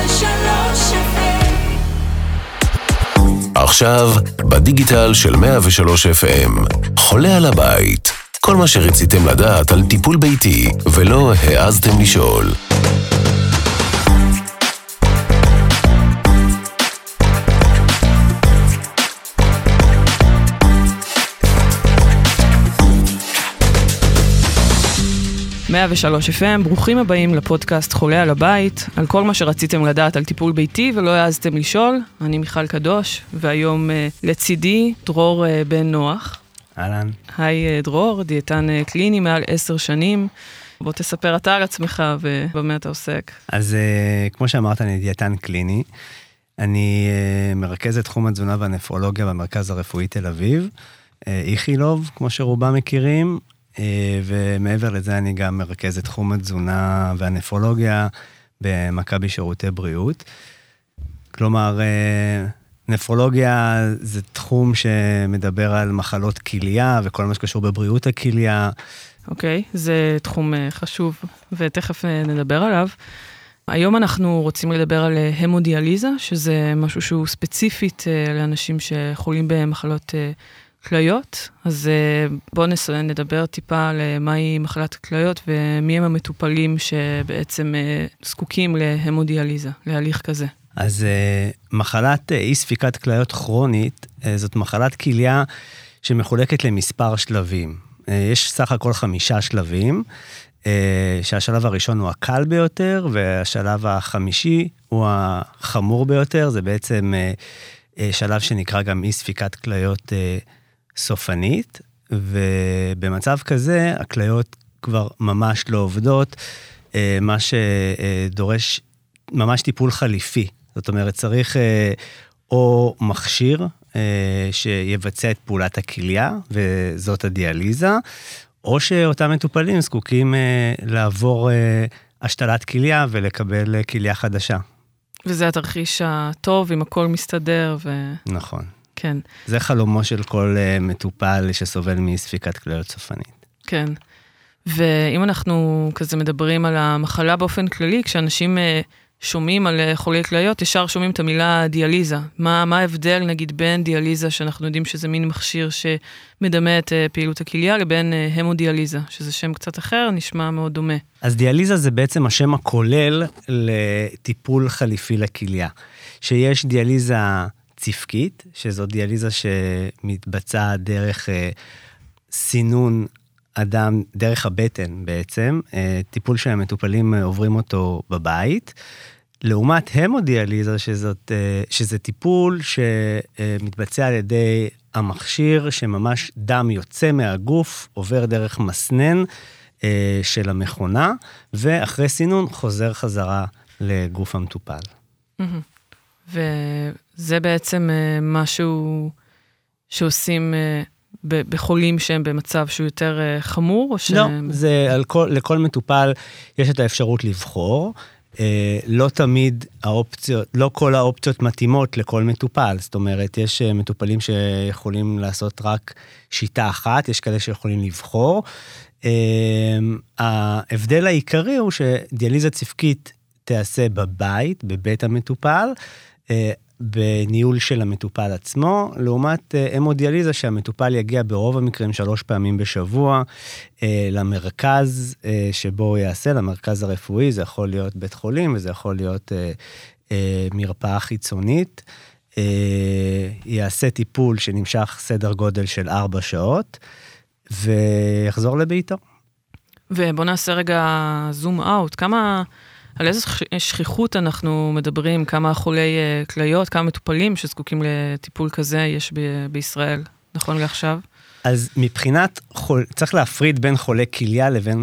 עכשיו, בדיגיטל של 103 FM, חולה על הבית. כל מה שרציתם לדעת על טיפול ביתי ולא העזתם לשאול. ושלוש FM, ברוכים הבאים לפודקאסט חולה על הבית, על כל מה שרציתם לדעת על טיפול ביתי ולא העזתם לשאול. אני מיכל קדוש, והיום לצידי דרור בן נוח. אהלן. היי דרור, דיאטן קליני מעל 10 שנים. בוא תספר אתה על עצמך ובמה אתה עוסק. אז כמו שאמרת, אני דיאטן קליני. אני מרכז את תחום התזונה והנפרולוגיה במרכז הרפואי תל אביב. איכילוב, כמו שרובם מכירים. ומעבר לזה אני גם מרכז את תחום התזונה והנפרולוגיה במכבי שירותי בריאות. כלומר, נפרולוגיה זה תחום שמדבר על מחלות כליה וכל מה שקשור בבריאות הכליה. אוקיי, זה תחום חשוב ותכף נדבר עליו. היום אנחנו רוצים לדבר על המודיאליזה, שזה משהו שהוא ספציפית לאנשים שחולים במחלות כליות. אז בואו נדבר טיפה על מהי מחלת כליות ומי הם המטופלים שבעצם זקוקים להמודיאליזה, להליך כזה. אז מחלת אי ספיקת כליות כרונית, זאת מחלת כליה שמחולקת למספר שלבים. יש סך הכל 5 שלבים, שהשלב הראשון הוא הקל ביותר, והשלב החמישי הוא החמור ביותר, זה בעצם שלב שנקרא גם אי ספיקת כליות סופנית, ובמצב כזה הכליות כבר ממש לא עובדות, מה שדורש ממש טיפול חליפי. זאת אומרת, צריך או מכשיר שיבצע את פעולת הכליה, וזאת הדיאליזה, או שאותם מטופלים זקוקים לעבור השתלת כליה ולקבל כליה חדשה. וזה התרחיש הטוב, אם הכל מסתדר. נכון. כן. זה חלומו של כל מטופל שסובל מספיקת כליות סופנית. כן. ואם אנחנו כזה מדברים על המחלה באופן כללי, כשאנשים שומעים על חולי כליות, ישר שומעים את המילה דיאליזה. מה ההבדל, נגיד, בין דיאליזה, שאנחנו יודעים שזה מין מכשיר שמדמה את פעילות הכליה, לבין המודיאליזה, שזה שם קצת אחר, נשמע מאוד דומה. אז דיאליזה זה בעצם השם הכולל לטיפול חליפי לכליה. שיש דיאליזה צפקית, שזו דיאליזה שמתבצעה דרך סינון אדם, דרך הבטן בעצם, טיפול שהמטופלים עוברים אותו בבית, לעומת המודיאליזה, שזה טיפול שמתבצע על ידי המכשיר, שממש דם יוצא מהגוף, עובר דרך מסנן של המכונה, ואחרי סינון חוזר חזרה לגוף המטופל. וזה בעצם משהו שעושים בחולים שהם במצב שהוא יותר חמור? או לא, זה לכל מטופל יש את האפשרות לבחור. לא תמיד האופציות, לא כל האופציות מתאימות לכל מטופל. זאת אומרת, יש מטופלים שיכולים לעשות רק שיטה אחת, יש כאלה שיכולים לבחור. ההבדל העיקרי הוא שדיאליזה צפקית תעשה בבית, בבית המטופל, בניהול של המטופל עצמו, לעומת המודיאליזה שהמטופל יגיע ברוב המקרים 3 פעמים בשבוע למרכז שבו הוא יעשה, למרכז הרפואי, זה יכול להיות בית חולים וזה יכול להיות מרפאה חיצונית, יעשה טיפול שנמשך סדר גודל של 4 שעות, ויחזור לביתו. ובוא נעשה רגע זום אאוט, על איזו שכיחות אנחנו מדברים, כמה חולי כליות, כמה מטופלים שזקוקים לטיפול כזה יש בישראל, נכון לעכשיו? אז מבחינת, צריך להפריד בין חולי כליה לבין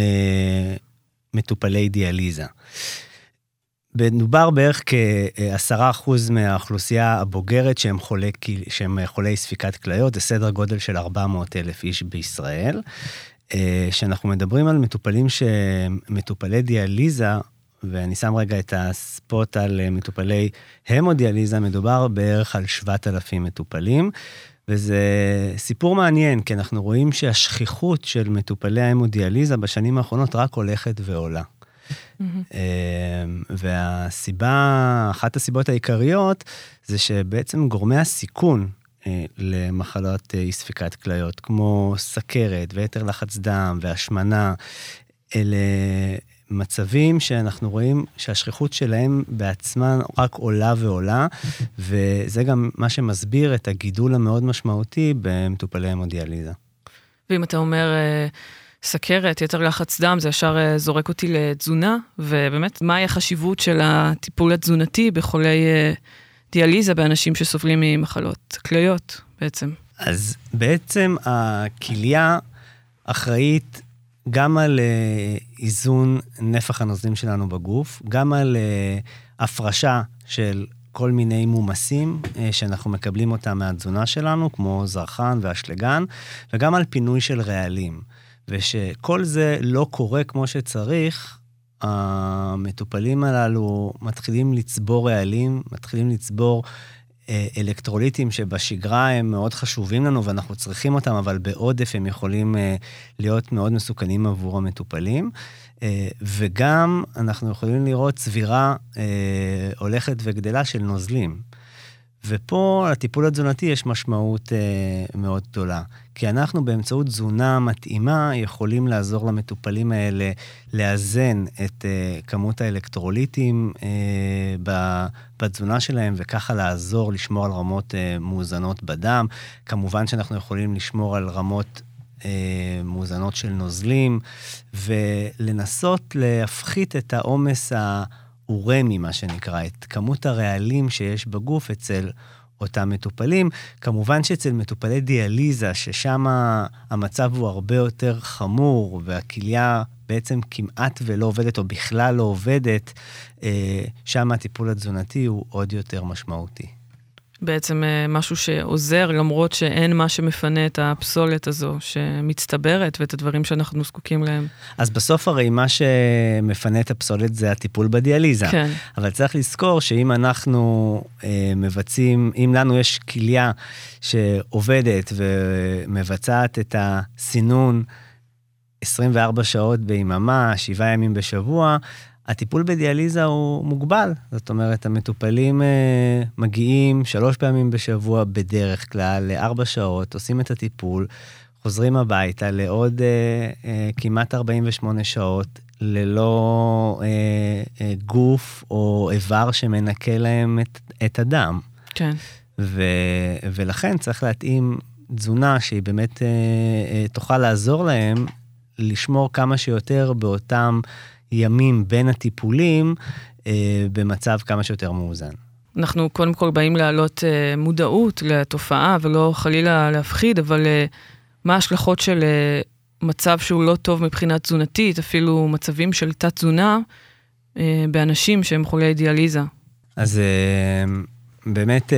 מטופלי דיאליזה. מדובר בערך כ10% מהאוכלוסייה הבוגרת שהם חולי ספיקת כליות, זה סדר גודל של 400,000 איש בישראל. שאנחנו מדברים על מטופלי דיאליזה, ואני שם רגע את הספוט על מטופלי המודיאליזה, מדובר בערך על 7,000 מטופלים, וזה סיפור מעניין, כי אנחנו רואים שהשכיחות של מטופלי ההמודיאליזה בשנים האחרונות רק הולכת ועולה. אחת הסיבות העיקריות, זה שבעצם גורמי הסיכון למחלות אי ספיקת כליות, כמו סכרת ויתר לחץ דם והשמנה, אלה מצבים שאנחנו רואים שהשכיחות שלהם בעצמן רק עולה ועולה, וזה גם מה שמסביר את הגידול המאוד משמעותי במטופלי המודיאליזה. ואם אתה אומר סכרת, יתר לחץ דם, זה ישר זורק אותי לתזונה, ובאמת, מהי החשיבות של הטיפול התזונתי בחולי דיאליזה באנשים שסובלים ממחלות כליות בעצם? אז בעצם הכליה אחראית גם על איזון נפח הנוזלים שלנו בגוף, גם על הפרשה של כל מיני מומסים שאנחנו מקבלים אותם מהתזונה שלנו, כמו זרחן ואשלגן, וגם על פינוי של רעלים. ושכל זה לא קורה כמו שצריך, המטופלים הללו מתחילים לצבור רעלים, מתחילים לצבור אלקטרוליטים שבשגרה הם מאוד חשובים לנו ואנחנו צריכים אותם, אבל בעודף הם יכולים להיות מאוד מסוכנים עבור המטופלים. וגם אנחנו יכולים לראות צבירה הולכת וגדלה של נוזלים. ופה לטיפול התזונתי יש משמעות מאוד גדולה. כי אנחנו באמצעות תזונה מתאימה יכולים לעזור למטופלים האלה לאזן את כמות האלקטרוליטים בתזונה שלהם, וככה לעזור לשמור על רמות מאוזנות בדם. כמובן שאנחנו יכולים לשמור על רמות מאוזנות של נוזלים, ולנסות להפחית את העומס האורמי, מה שנקרא, את כמות הרעלים שיש בגוף אצל אותם מטופלים. כמובן שאצל מטופלי דיאליזה, ששם המצב הוא הרבה יותר חמור, והכליה בעצם כמעט ולא עובדת, או בכלל לא עובדת, שם הטיפול התזונתי הוא עוד יותר משמעותי. בעצם משהו שעוזר, למרות שאין מה שמפנה את הפסולת הזו, שמצטברת, ואת הדברים שאנחנו זקוקים להם. אז בסוף הרי מה שמפנה את הפסולת זה הטיפול בדיאליזה. כן. אבל צריך לזכור שאם אנחנו מבצעים, אם לנו יש כליה שעובדת ומבצעת את הסינון 24 שעות ביממה, 7 ימים בשבוע, הטיפול בדיאליזה הוא מוגבל. זאת אומרת, המטופלים מגיעים 3 פעמים בשבוע בדרך כלל, ל4 שעות, עושים את הטיפול, חוזרים הביתה לעוד כמעט 48 שעות, ללא גוף או איבר שמנקה להם את הדם. כן. ולכן צריך להתאים תזונה שהיא באמת תוכל לעזור להם לשמור כמה שיותר באותם ימים בין הטיפולים, במצב כמה שיותר מאוזן. אנחנו קודם כל באים להעלות מודעות לתופעה, ולא חלילה להפחיד, אבל מה ההשלכות של מצב שהוא לא טוב מבחינה תזונתית, אפילו מצבים של תת תזונה, באנשים שהם חולי דיאליזה? אז באמת,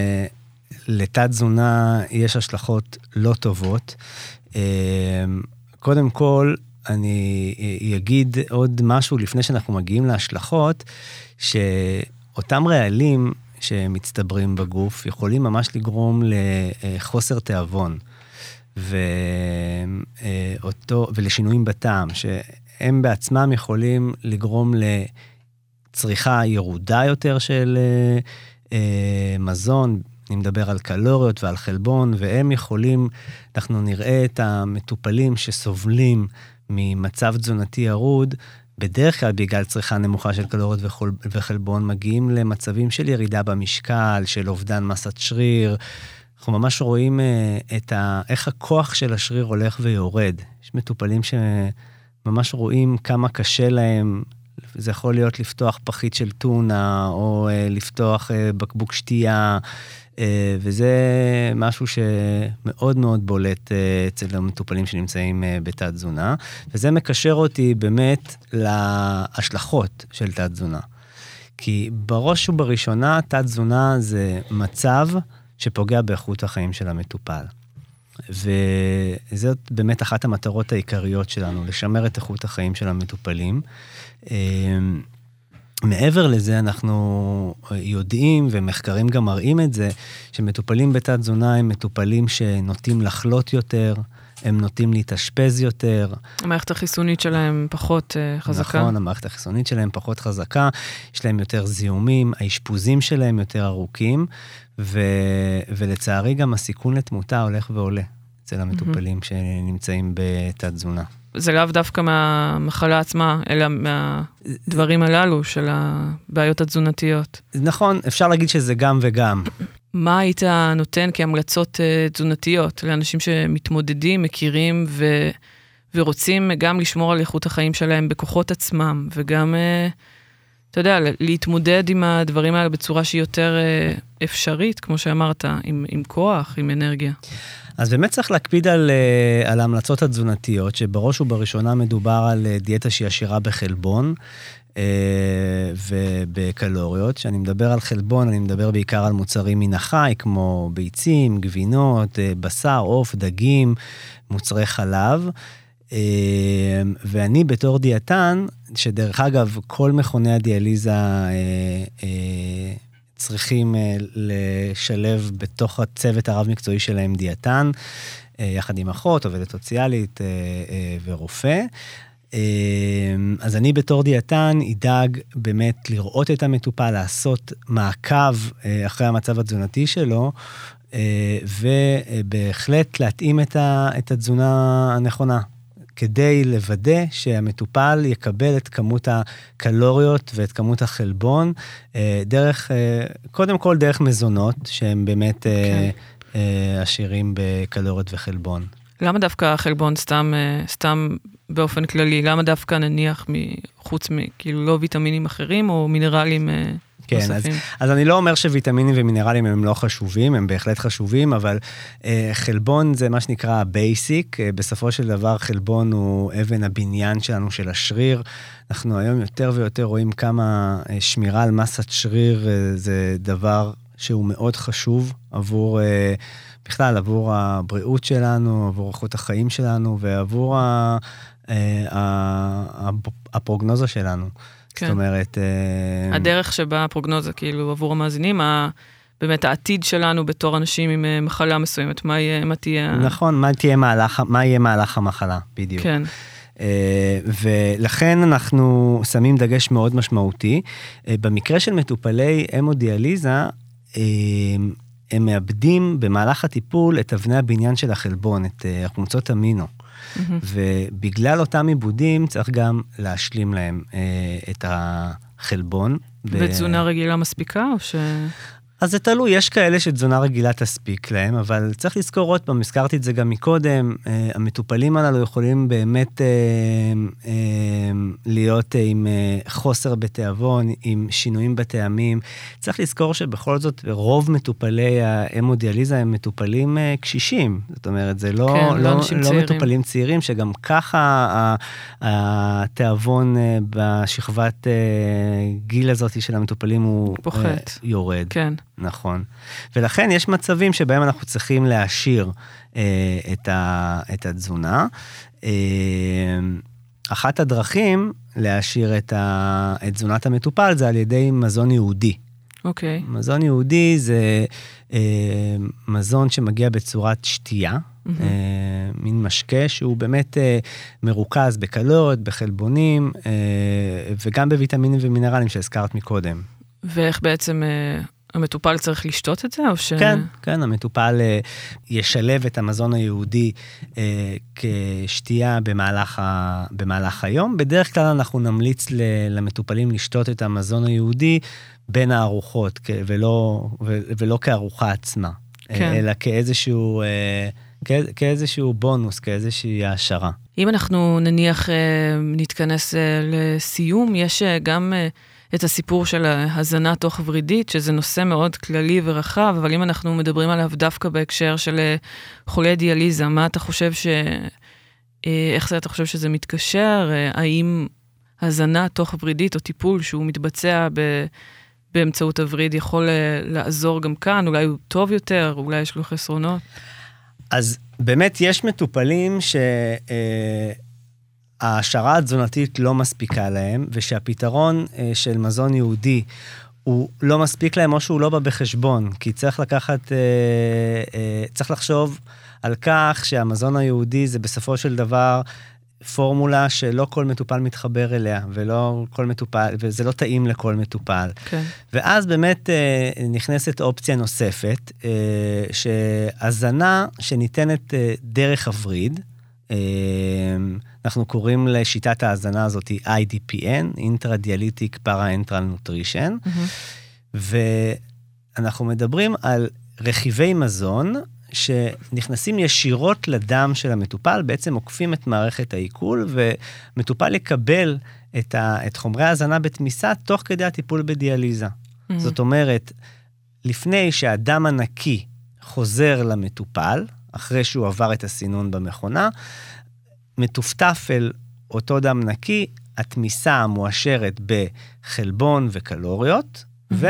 לתת תזונה יש השלכות לא טובות. קודם כל, אני אגיד עוד משהו לפני שאנחנו מגיעים להשלכות, שאותם רעלים שמצטברים בגוף יכולים ממש לגרום לחוסר תיאבון, ולשינויים בטעם, שהם בעצמם יכולים לגרום לצריכה ירודה יותר של מזון, אני מדבר על קלוריות ועל חלבון, והם יכולים, אנחנו נראה את המטופלים שסובלים ממצב תזונתי ירוד, בדרך כלל בגלל צריכה נמוכה של קלוריות וחלבון, מגיעים למצבים של ירידה במשקל, של אובדן מסת שריר. אנחנו ממש רואים איך הכוח של השריר הולך ויורד. יש מטופלים שממש רואים כמה קשה להם, זה יכול להיות לפתוח פחית של טונה, או לפתוח בקבוק שתייה, וזה משהו שמאוד מאוד בולט אצל המטופלים שנמצאים בתת תזונה, וזה מקשר אותי באמת להשלכות של תת תזונה. כי בראש ובראשונה, תת תזונה זה מצב שפוגע באיכות החיים של המטופל. וזאת באמת אחת המטרות העיקריות שלנו, לשמר את איכות החיים של המטופלים. מעבר לזה אנחנו יודעים, ומחקרים גם מראים את זה, שמטופלים בתת תזונה הם מטופלים שנוטים לחלות יותר, הם נוטים להתאשפז יותר. המערכת החיסונית שלהם פחות חזקה. נכון, המערכת החיסונית שלהם פחות חזקה, יש להם יותר זיהומים, האשפוזים שלהם יותר ארוכים, ולצערי גם הסיכון לתמותה הולך ועולה אצל המטופלים שנמצאים בתת תזונה. זה לאו דווקא מהמחלה עצמה, אלא מהדברים הללו של הבעיות התזונתיות. נכון, אפשר להגיד שזה גם וגם. מה היית נותן כהמלצות תזונתיות לאנשים שמתמודדים, מכירים ורוצים גם לשמור על איכות החיים שלהם בכוחות עצמם, וגם, אתה יודע, להתמודד עם הדברים האלה בצורה שהיא יותר אפשרית, כמו שאמרת, עם כוח, עם אנרגיה. אז באמת צריך להקפיד על ההמלצות התזונתיות, שבראש ובראשונה מדובר על דיאטה שהיא עשירה בחלבון ובקלוריות. כשאני מדבר על חלבון, אני מדבר בעיקר על מוצרים מן החי, כמו ביצים, גבינות, בשר, עוף, דגים, מוצרי חלב. ואני בתור דיאטן, שדרך אגב, כל מכוני הדיאליזה צריכים לשלב בתוך הצוות הרב-מקצועי שלהם דיאטן, יחד עם אחות, עובדת סוציאלית ורופא. אז אני בתור דיאטן ידאג באמת לראות את המטופל, לעשות מעקב אחרי המצב התזונתי שלו, ובהחלט להתאים את התזונה הנכונה. כדי לוודא שהמטופל יקבל את כמות הקלוריות ואת כמות החלבון, קודם כל דרך מזונות, שהם באמת עשירים בקלוריות וחלבון. למה דווקא החלבון סתם באופן כללי? למה דווקא נניח חוץ כאילו לא ויטמינים אחרים או מינרלים כן, אז אני לא אומר שוויטמינים ומינרלים הם לא חשובים, הם בהחלט חשובים, אבל חלבון זה מה שנקרא בייסיק, בסופו של דבר חלבון הוא אבן הבניין שלנו של השריר, אנחנו היום יותר ויותר רואים כמה שמירה על מסת שריר זה דבר שהוא מאוד חשוב עבור, בכלל עבור הבריאות שלנו, עבור איכות החיים שלנו ועבור הפרוגנוזה שלנו. כן. זאת אומרת... הדרך שבה הפרוגנוזה, כאילו, עבור המאזינים, באמת העתיד שלנו בתור אנשים עם מחלה מסוימת, מה תהיה... נכון, מה יהיה מהלך המחלה, בדיוק. כן. ולכן אנחנו שמים דגש מאוד משמעותי. במקרה של מטופלי המודיאליזה, הם מאבדים במהלך הטיפול את אבני הבניין של החלבון, את החומצות אמינו. ובגלל אותם עיבודים צריך גם להשלים להם את החלבון. ותזונה רגילה מספיקה או ש... אז זה תלוי, יש כאלה שתזונה רגילה תספיק להם, אבל צריך לזכור עוד פעם, הזכרתי את זה גם מקודם, המטופלים הללו יכולים באמת להיות עם חוסר בתיאבון, עם שינויים בתאמים. צריך לזכור שבכל זאת רוב מטופלי ההמודיאליזה הם מטופלים קשישים, זאת אומרת, זה לא מטופלים צעירים, שגם ככה התיאבון בשכבת גיל הזאת של המטופלים הוא יורד. כן. נכון. ולכן יש מצבים שבהם אנחנו צריכים להשאיר את התזונה. אחת הדרכים להשאיר את תזונת המטופל זה על ידי מזון יהודי. אוקיי. מזון יהודי זה מזון שמגיע בצורת שתייה, מין משקה שהוא באמת מרוכז בקלוריות, בחלבונים, וגם בוויטמינים ומינרלים שהזכרת מקודם. ואיך בעצם... המטופל צריך לשתות את זה, או ש... כן, המטופל ישלב את המזון היהודי כשתייה במהלך היום. בדרך כלל אנחנו נמליץ למטופלים לשתות את המזון היהודי בין הארוחות, ולא כארוחה עצמה, אלא כאיזשהו בונוס, כאיזושהי העשרה. אם אנחנו נניח נתכנס לסיום, יש גם... את הסיפור של ההזנה תוך ורידית, שזה נושא מאוד כללי ורחב, אבל אם אנחנו מדברים עליו דווקא בהקשר של חולי דיאליזה, מה אתה חושב איך זה אתה חושב שזה מתקשר? האם הזנה תוך ורידית או טיפול שהוא מתבצע באמצעות הווריד יכול לעזור גם כאן? אולי הוא טוב יותר, אולי יש לו חסרונות? אז באמת יש מטופלים ההשערה התזונתית לא מספיקה להם, ושהפתרון של מזון יהודי הוא לא מספיק להם, או שהוא לא בא בחשבון, כי צריך לחשוב על כך שהמזון היהודי זה בסופו של דבר פורמולה שלא כל מטופל מתחבר אליה, וזה לא טעים לכל מטופל. כן. ואז באמת נכנסת אופציה נוספת, שהזנה שניתנת דרך הווריד, אנחנו קוראים לשיטת ההזנה הזאת IDPN, Intradialytic Parenteral Nutrition, ואנחנו מדברים על רכיבי מזון, שנכנסים ישירות לדם של המטופל, בעצם עוקפים את מערכת העיכול, ומטופל יקבל את חומרי ההזנה בתמיסה, תוך כדי הטיפול בדיאליזה. זאת אומרת, לפני שהדם הנקי חוזר למטופל, אחרי שהוא עבר את הסינון במכונה, מטופטף אל אותו דם נקי, התמיסה המואשרת בחלבון וקלוריות,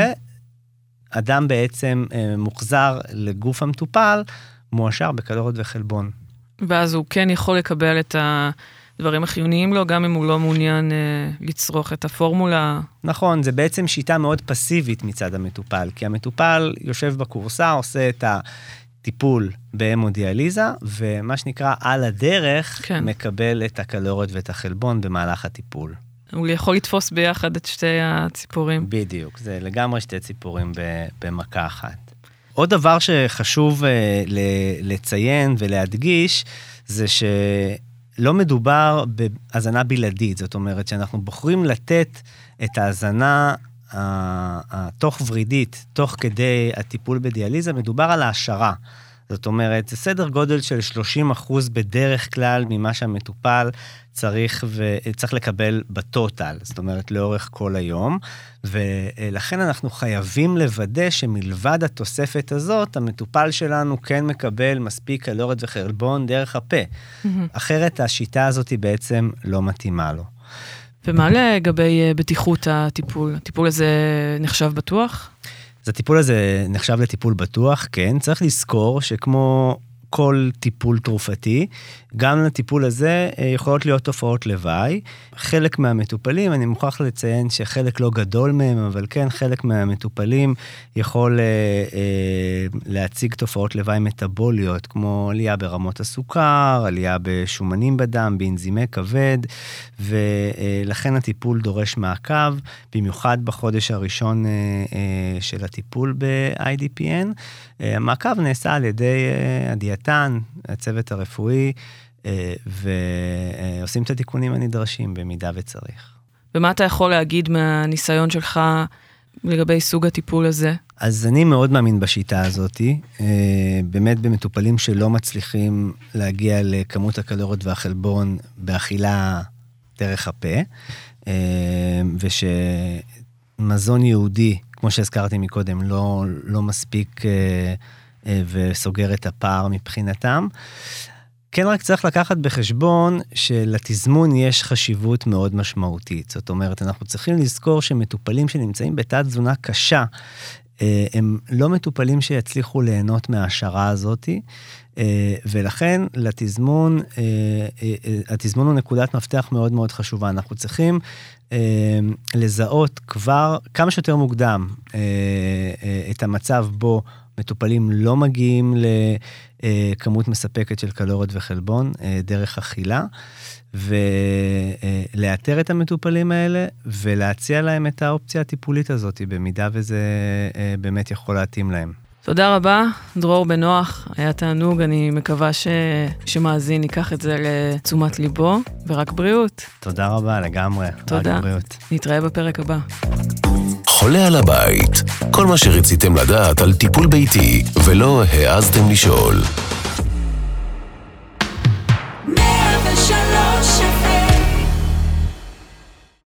אדם בעצם מוחזר לגוף המטופל, מואשר בקלוריות וחלבון. ואז הוא כן יכול לקבל את הדברים החיוניים לו, גם אם הוא לא מעוניין לצרוך את הפורמולה. נכון, זה בעצם שיטה מאוד פסיבית מצד המטופל, כי המטופל יושב בקורסה, עושה את הטיפול בהמודיאליזה, ומה שנקרא על הדרך, כן. מקבל את הקלוריות ואת החלבון במהלך הטיפול. הוא יכול לתפוס ביחד את שתי הציפורים. בדיוק, זה לגמרי שתי ציפורים במכה אחת. עוד דבר שחשוב לציין ולהדגיש, זה שלא מדובר בהזנה בלעדית, זאת אומרת שאנחנו בוחרים לתת את ההזנה התוך ורידית, תוך כדי הטיפול בדיאליזה, מדובר על העשרה. זאת אומרת, זה סדר גודל של 30% בדרך כלל ממה שהמטופל צריך לקבל בטוטל, זאת אומרת, לאורך כל היום, ולכן אנחנו חייבים לוודא שמלבד התוספת הזאת, המטופל שלנו כן מקבל מספיק קלוריות וחלבון דרך הפה. אחרת השיטה הזאת היא בעצם לא מתאימה לו. ומה לגבי בטיחות הטיפול? הטיפול הזה נחשב בטוח? אז הטיפול הזה נחשב לטיפול בטוח, כן. צריך לזכור שכמו כל טיפול תרופתי, גם לטיפול הזה יכולות להיות תופעות לוואי. חלק מהמטופלים, אני מוכרח לציין שחלק לא גדול מהם, אבל כן, חלק מהמטופלים יכול להציג תופעות לוואי מטאבוליות, כמו עלייה ברמות הסוכר, עלייה בשומנים בדם, באנזימי כבד, ולכן הטיפול דורש מעקב, במיוחד בחודש הראשון של הטיפול ב-IDPN. המעקב נעשה על ידי הדיאטן, הצוות הרפואי, ועושים את התיקונים הנדרשים במידה וצריך. ומה אתה יכול להגיד מהניסיון שלך לגבי סוג הטיפול הזה? אז אני מאוד מאמין בשיטה הזאת, באמת במטופלים שלא מצליחים להגיע לכמות הקלוריות והחלבון באכילה דרך הפה, ושמזון יהודי, כמו שהזכרתי מקודם, לא מספיק וסוגר את הפער מבחינתם. כן, רק צריך לקחת בחשבון שלתזמון יש חשיבות מאוד משמעותית. זאת אומרת, אנחנו צריכים לזכור שמטופלים שנמצאים בתת תזונה קשה, הם לא מטופלים שיצליחו ליהנות מההשערה הזאת, ולכן לתזמון, התזמון הוא נקודת מפתח מאוד מאוד חשובה. אנחנו צריכים לזהות כבר כמה שיותר מוקדם את המצב בו מטופלים לא מגיעים לכמות מספקת של קלוריות וחלבון דרך אכילה, ולאתר את המטופלים האלה, ולהציע להם את האופציה הטיפולית הזאת, במידה וזה באמת יכול להתאים להם. תודה רבה, דרור בנוח, היה תענוג, אני מקווה שמאזין ייקח את זה לתשומת ליבו, ורק בריאות. תודה רבה, לגמרי. תודה, נתראה בפרק הבא. חולה על הבית, כל מה שרציתם לדעת על טיפול ביתי ולא העזתם לשאול.